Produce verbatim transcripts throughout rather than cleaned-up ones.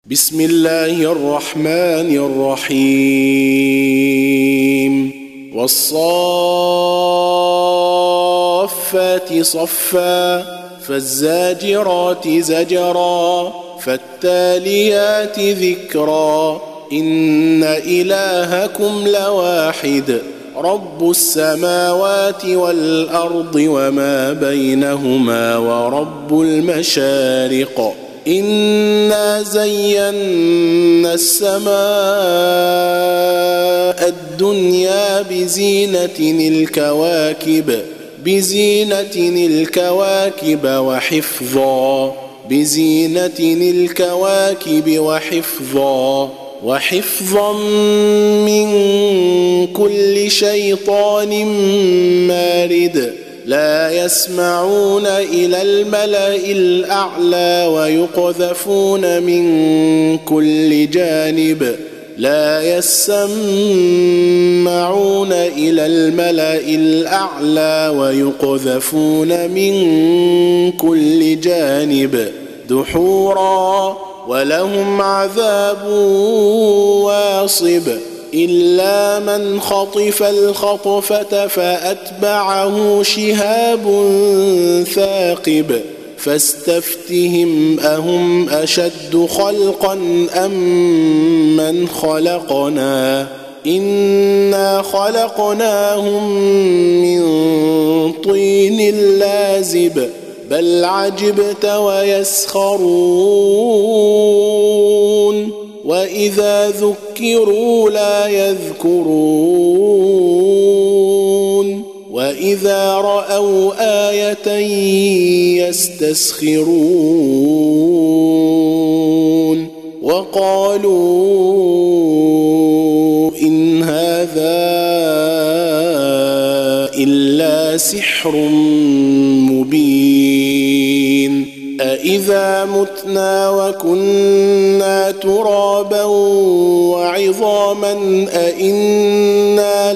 بسم الله الرحمن الرحيم والصافات صفا فالزاجرات زجرا فالتاليات ذكرا إن إلهكم لواحد رب السماوات والأرض وما بينهما ورب المشارق إنا زينا السماء الدنيا بزينة الكواكب بزينة الكواكب وحفظا بزينة الكواكب وحفظا وحفظا من كل شيطان مارد لا يسمعون إلى الملأ الأعلى ويقذفون من كل جانب لا يسمعون إلى الملأ الأعلى ويقذفون من كل جانب دحورا ولهم عذاب واصب إلا من خطف الخطفة فأتبعه شهاب ثاقب فاستفتهم أهم أشد خلقا أم من خلقنا إنا خلقناهم من طين لازب بل عجبت ويسخرون وإذا ذكروا لا يذكرون وإذا رأوا آية يستسخرون وقالوا إن هذا إلا سحر مبين أإذا متنا وكنا ترابا وعظاما أإنا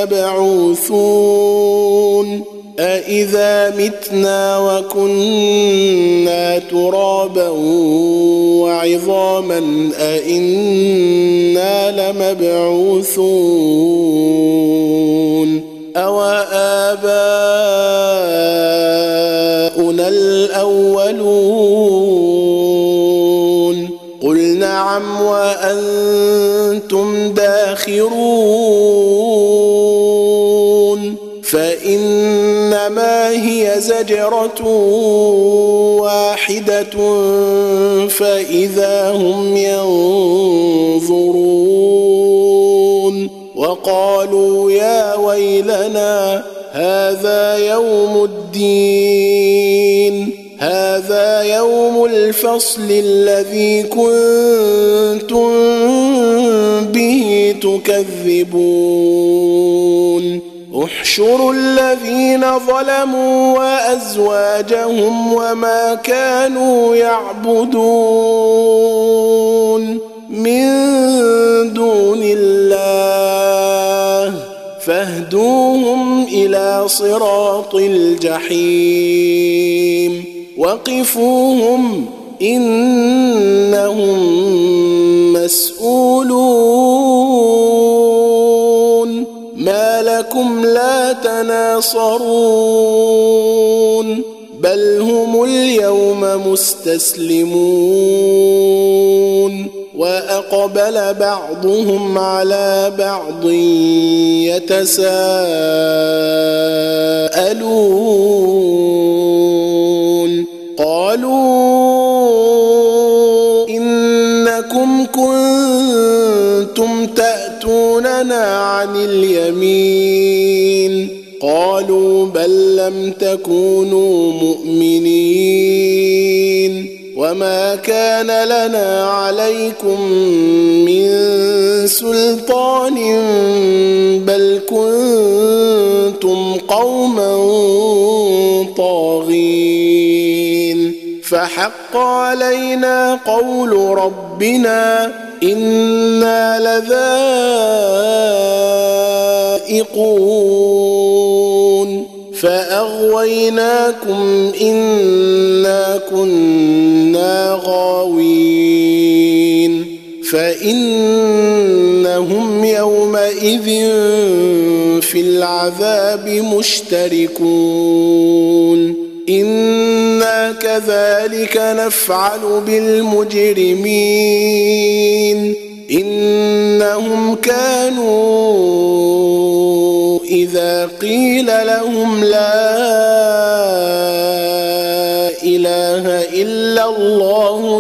لمبعوثون أإذا متنا وكنا ترابا وعظاما أإنا لمبعوثون أو آباؤنا الأولون قل نعم وأنتم داخرون فإنما هي زجرة واحدة فإذا هم ينظرون وقالوا يا ويلنا هذا يوم الدين هذا يوم الفصل الذي كنتم به تكذبون احشروا الذين ظلموا وأزواجهم وما كانوا يعبدون من دون الله فاهدوهم إلى صراط الجحيم وقفوهم إنهم مسؤولون ما لكم لا تناصرون بل هم اليوم مستسلمون وأقبل بعضهم على بعض يتساءلون قالوا إنكم كنتم تأتوننا عن اليمين قالوا بل لم تكونوا مؤمنين وما كان لنا عليكم من سلطان بل كنتم قوما طاغين فحق علينا قول ربنا إنا لذائقون فأغويناكم إنا كنا غاوين فإنهم يومئذ في العذاب مشتركون إنا كذلك نفعل بالمجرمين إنهم كانوا إذا قيل لهم لا إله إلا الله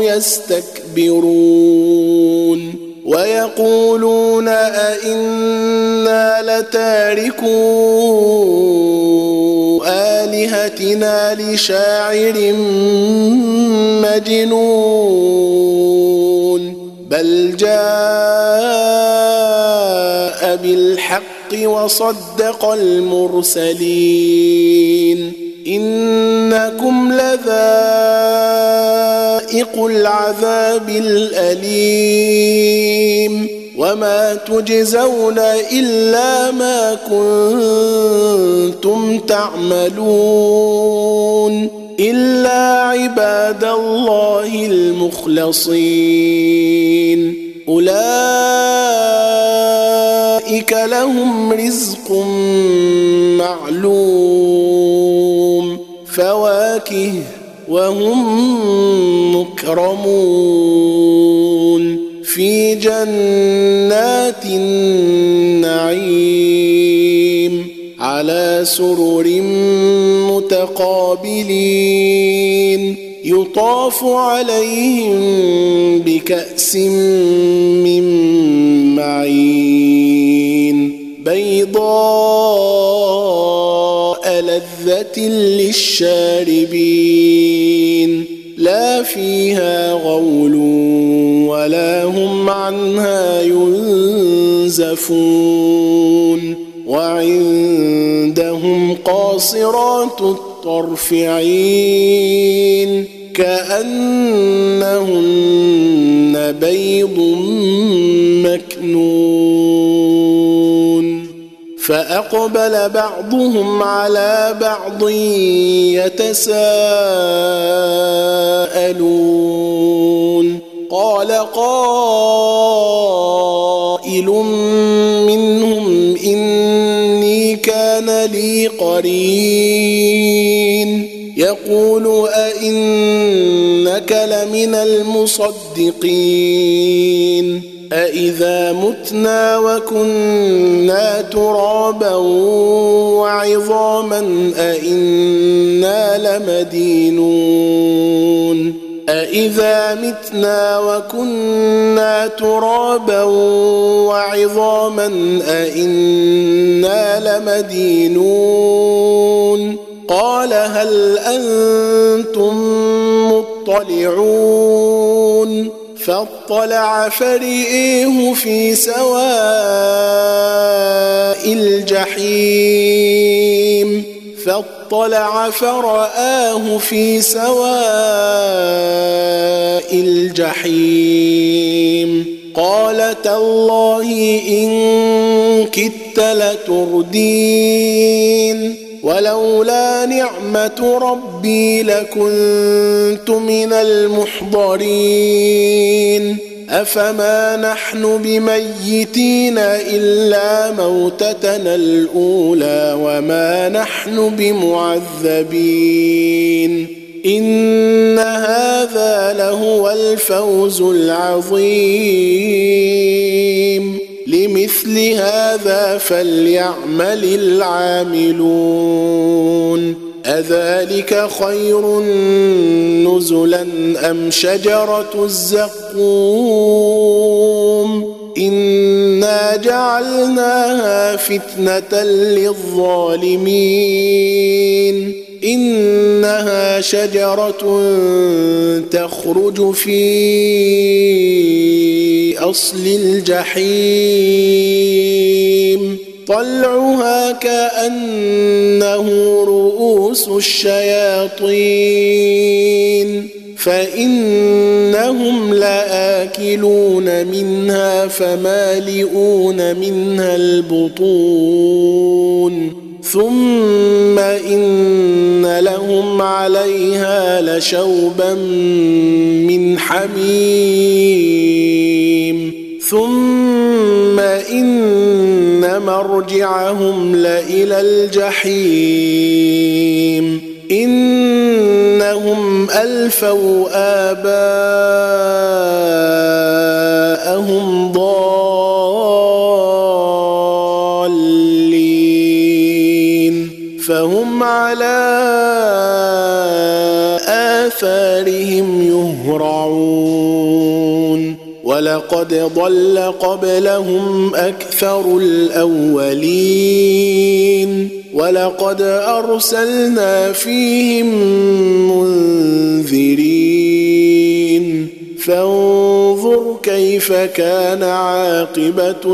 يستكبرون ويقولون أئنا لتاركو آلهتنا لشاعر مجنون بل جاء بالحق وصدق المرسلين إنكم لذائق العذاب الأليم وما تجزون إلا ما كنتم تعملون إلا عباد الله المخلصين أولئك لهم رزق معلوم فواكه وهم مكرمون في جنات النعيم على سرر متقابلين يطاف عليهم بكأس من معين بيضاء لذة للشاربين لا فيها غول ولا هم عنها ينزفون وعندهم قاصرات الطرف عين كأنهن بيض مكنون فأقبل بعضهم على بعض يتساءلون قال قائل منهم إني كان لي قرين يقول أئنك لمن المصدقين أإذا متنا وكنا ترابا وعظاما أئنا لمدينون أإذا متنا وكنا ترابا وعظاما أئنا لمدينون قال هل أنتم مطلعون فاطلع فرئيه في سواء الجحيم فاطلع فرآه في سواء الجحيم قال تالله إن كدت لتردين ولولا نعمة ربي لكنت من المحضرين أفما نحن بميتين إلا موتتنا الأولى وما نحن بمعذبين إن هذا لهو الفوز العظيم لمثل هذا فليعمل العاملون أذلك خير نزلا أم شجرة الزقوم إنا جعلناها فتنة للظالمين إنها شجرة تخرج في أصل الجحيم طلعها كأنه رؤوس الشياطين فإنهم لآكلون منها فمالئون منها البطون ثم إن لهم عليها لشوبا من حميم مرجعهم لإلى الجحيم إنهم ألفوا آباءهم ضالين فهم على آثارهم يهرعون ولقد ضل قبلهم أكثر الأولين ولقد أرسلنا فيهم منذرين فانظر كيف كان عاقبة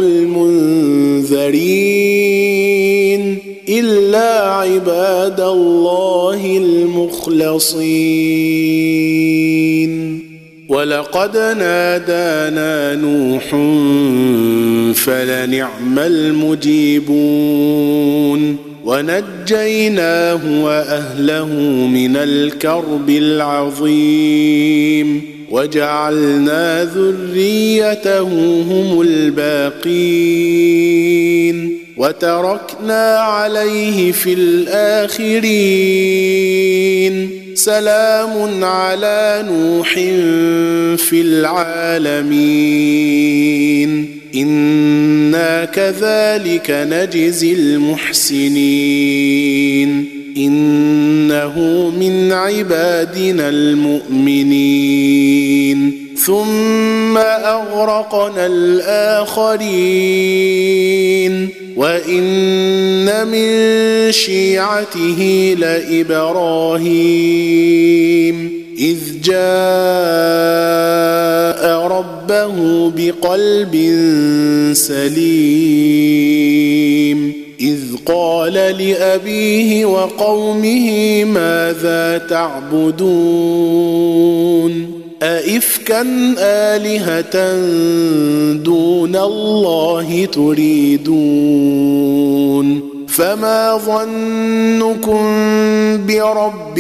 المنذرين إلا عباد الله المخلصين ولقد نادانا نوح فلنعم المجيبون ونجيناه وأهله من الكرب العظيم وجعلنا ذريته هم الباقين وتركنا عليه في الآخرين سلام على نوح في العالمين إنا كذلك نجزي المحسنين إنه من عبادنا المؤمنين ثم أغرقنا الآخرين وإن من شيعته لإبراهيم إذ جاء ربه بقلب سليم إذ قال لأبيه وقومه ماذا تعبدون أئفكا آلهة دون الله تريدون فما ظنكم برب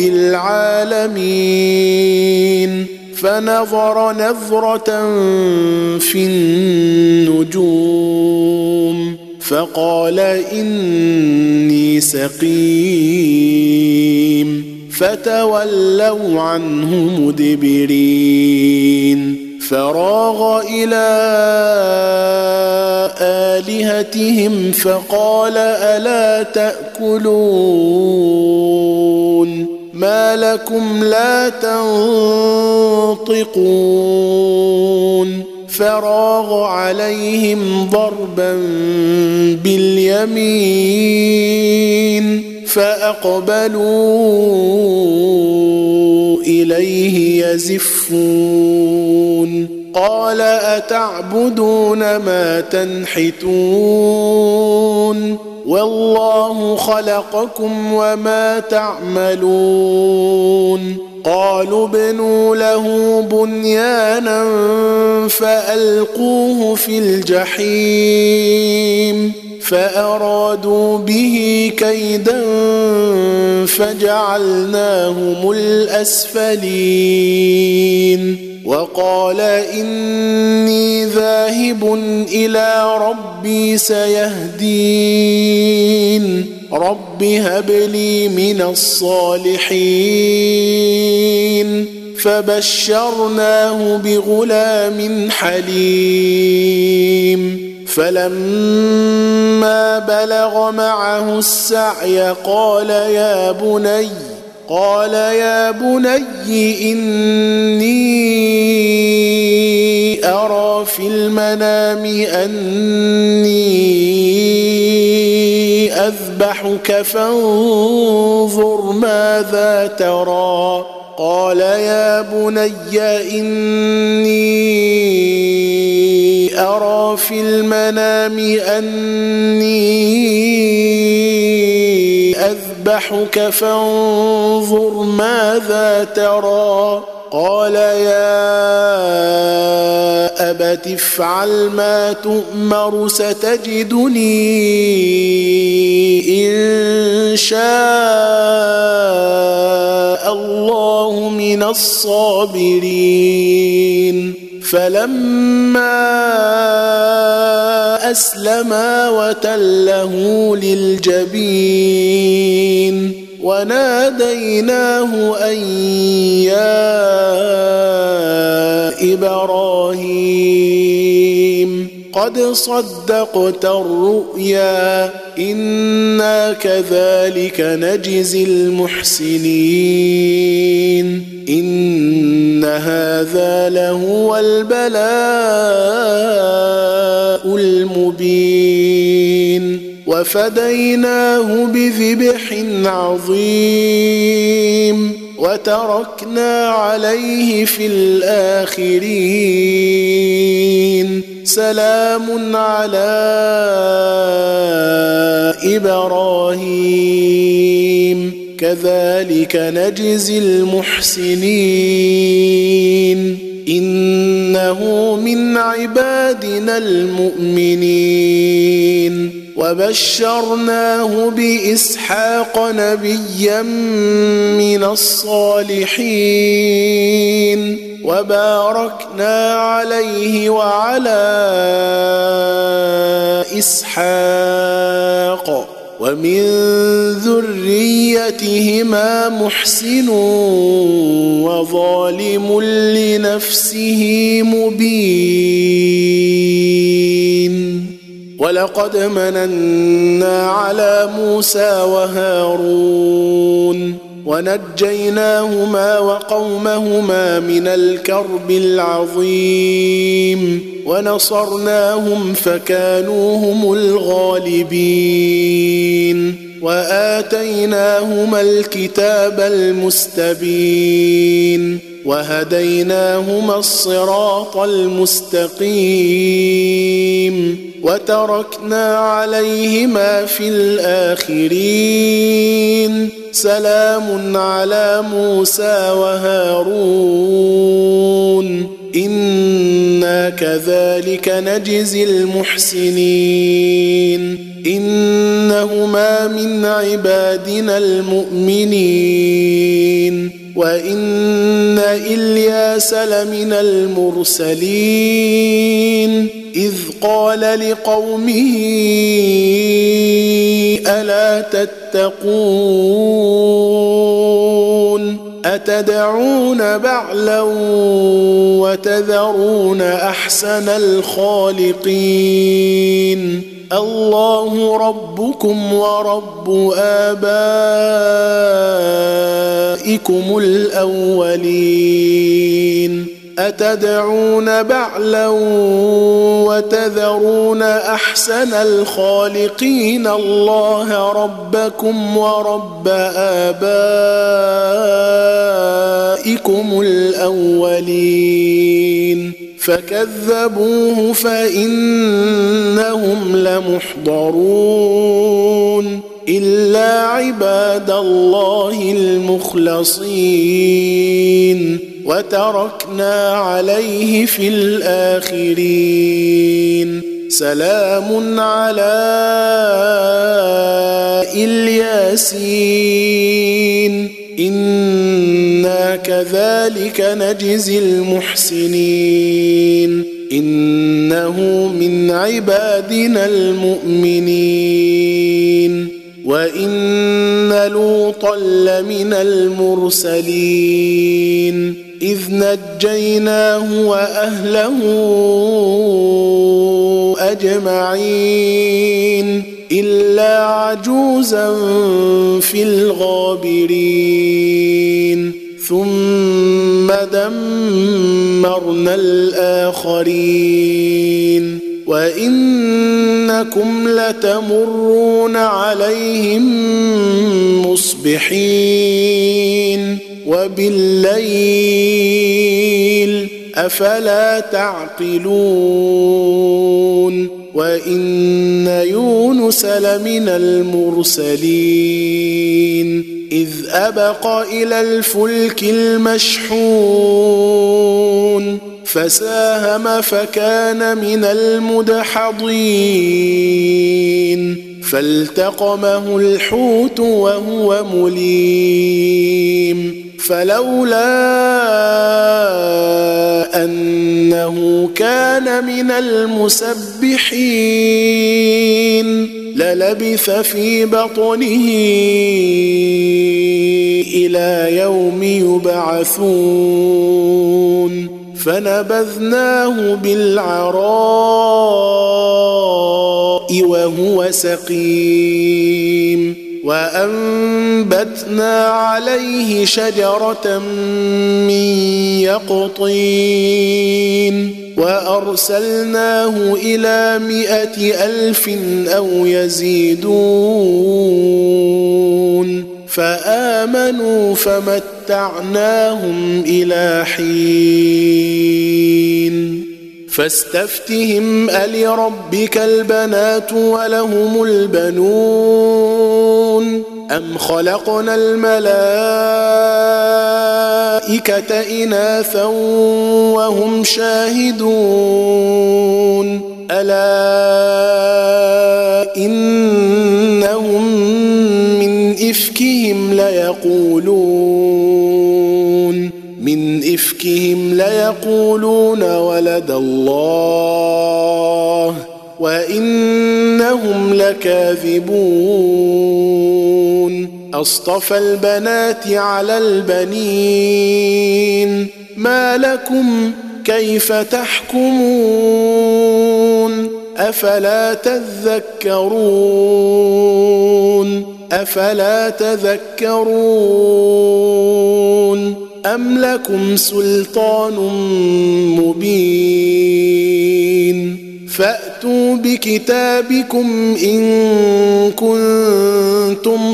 العالمين فنظر نظرة في النجوم فقال إني سقيم فتولوا عنه مدبرين فراغ إلى آلهتهم فقال ألا تأكلون ما لكم لا تنطقون فراغ عليهم ضربا باليمين فأقبلوا إليه يزفون قال أتعبدون ما تنحتون والله خلقكم وما تعملون قالوا ابنوا له بنيانا فألقوه في الجحيم فأرادوا به كيدا فجعلناهم الأسفلين وقال إني ذاهب إلى ربي سيهدين رب هب لي من الصالحين فبشرناه بغلام حليم فلما بلغ معه السعي قال يا بني قال يا بني إني أرى في المنام أني أذبحك فانظر ماذا ترى قال يا بني إني أرى في المنام أني أذبحك فانظر ماذا ترى قال يا أبت افعل ما تؤمر ستجدني إن شاء الله من الصابرين فلما فأسلما وتله للجبين وناديناه أن يا إبراهيم قد صدقت الرؤيا إنا كذلك نجزي المحسنين إن هذا لهو البلاء المبين وفديناه بذبح عظيم وتركنا عليه في الآخرين سلام على إبراهيم كذلك نجزي المحسنين إنه من عبادنا المؤمنين وبشرناه بإسحاق نبيا من الصالحين وباركنا عليه وعلى إسحاق ومن ذريتهما محسن وظالم لنفسه مبين ولقد مننا على موسى وهارون ونجيناهما وقومهما من الكرب العظيم ونصرناهم فكانوا هم الغالبين وآتيناهما الكتاب المستبين وهديناهما الصراط المستقيم وتركنا عليهما في الآخرين سلام على موسى وهارون إنا كذلك نجزي المحسنين إنهما من عبادنا المؤمنين وإن إلياس لمن المرسلين إذ قال لقومه ألا تتقون أتدعون بعلا وتذرون أحسن الخالقين الله ربكم ورب آبائكم الأولين أتدعون بعلا وتذرون أحسن الخالقين الله ربكم ورب آبائكم الأولين فكذبوه فإنهم لمحضرون إلا عباد الله المخلصين وتركنا عليه في الآخرين سلام على الياسين إنا كذلك نجزي المحسنين إنه من عبادنا المؤمنين وإن لوطا لمن المرسلين إذ نجيناه وأهله أجمعين إلا عجوزا في الغابرين ثم دمرنا الآخرين وإنكم لتمرون عليهم مصبحين وبالليل أفلا تعقلون وإن يونس لمن المرسلين إذ أبق إلى الفلك المشحون فساهم فكان من المدحضين فالتقمه الحوت وهو مليم فلولا أنه كان من المسبحين للبث في بطنه إلى يوم يبعثون فنبذناه بالعراء وهو سقيم وأنبتنا عليه شجرة من يقطين وأرسلناه إلى مائة ألف أو يزيدون فآمنوا فمتعناهم إلى حين فاستفتهم ألربك البنات ولهم البنون أم خلقنا الملائكة إناثا وهم شاهدون ألا إنهم من إفكهم ليقولون من إفكهم ليقولون ولد الله وإنهم لكاذبون أصطفى البنات على البنين ما لكم كيف تحكمون أفلا تذكرون أفلا تذكرون أم لكم سلطان مبين فأتوا بكتابكم إن كنتم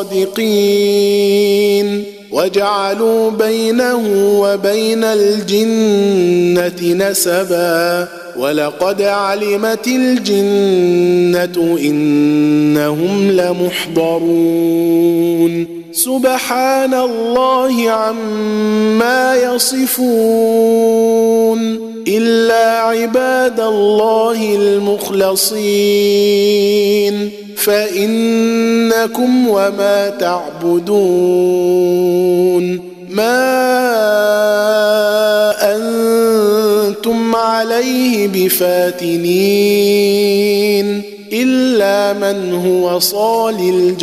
صادقين وجعلوا بينه وبين الجنة نسبا ولقد علمت الجنة إنهم لمحضرون سبحان الله عما يصفون إلا عباد الله المخلصين فإنكم وما تعبدون ما أنتم عليه بفاتنين إلا من هو صال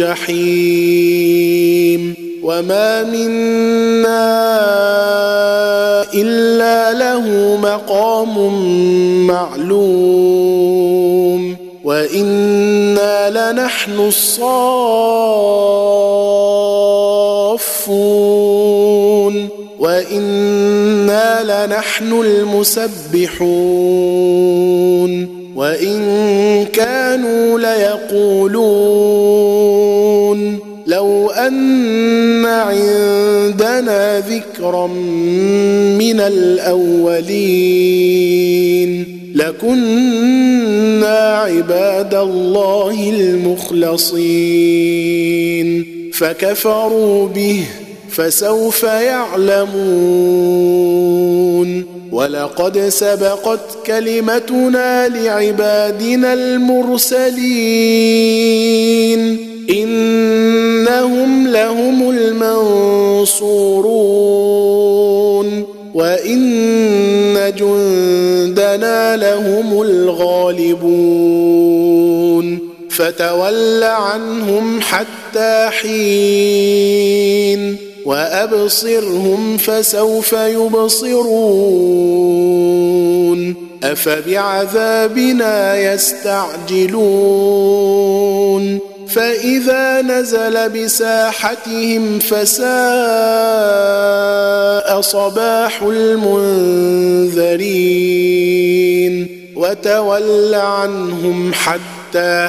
الجحيم وما منا إلا له مقام معلوم وإنا لنحن الصافون وإنا لنحن المسبحون وإن كانوا ليقولون لو أن عندنا ذكرا من الأولين لكنا عباد الله المخلصين فكفروا به فسوف يعلمون ولقد سبقت كلمتنا لعبادنا المرسلين إنهم لهم المنصورون وإن جندنا لهم الغالبون فتول عنهم حتى حين وأبصرهم فسوف يبصرون أفبعذابنا يستعجلون فإذا نزل بساحتهم فساء صباح المنذرين وتول عنهم حتى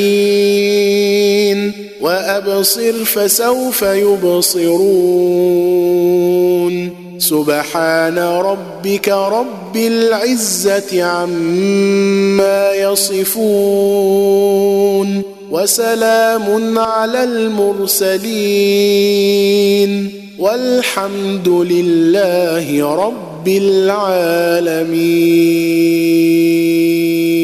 حين وأبصر فسوف يبصرون سبحان ربك رب العزة عما يصفون وسلام على المرسلين والحمد لله رب العالمين.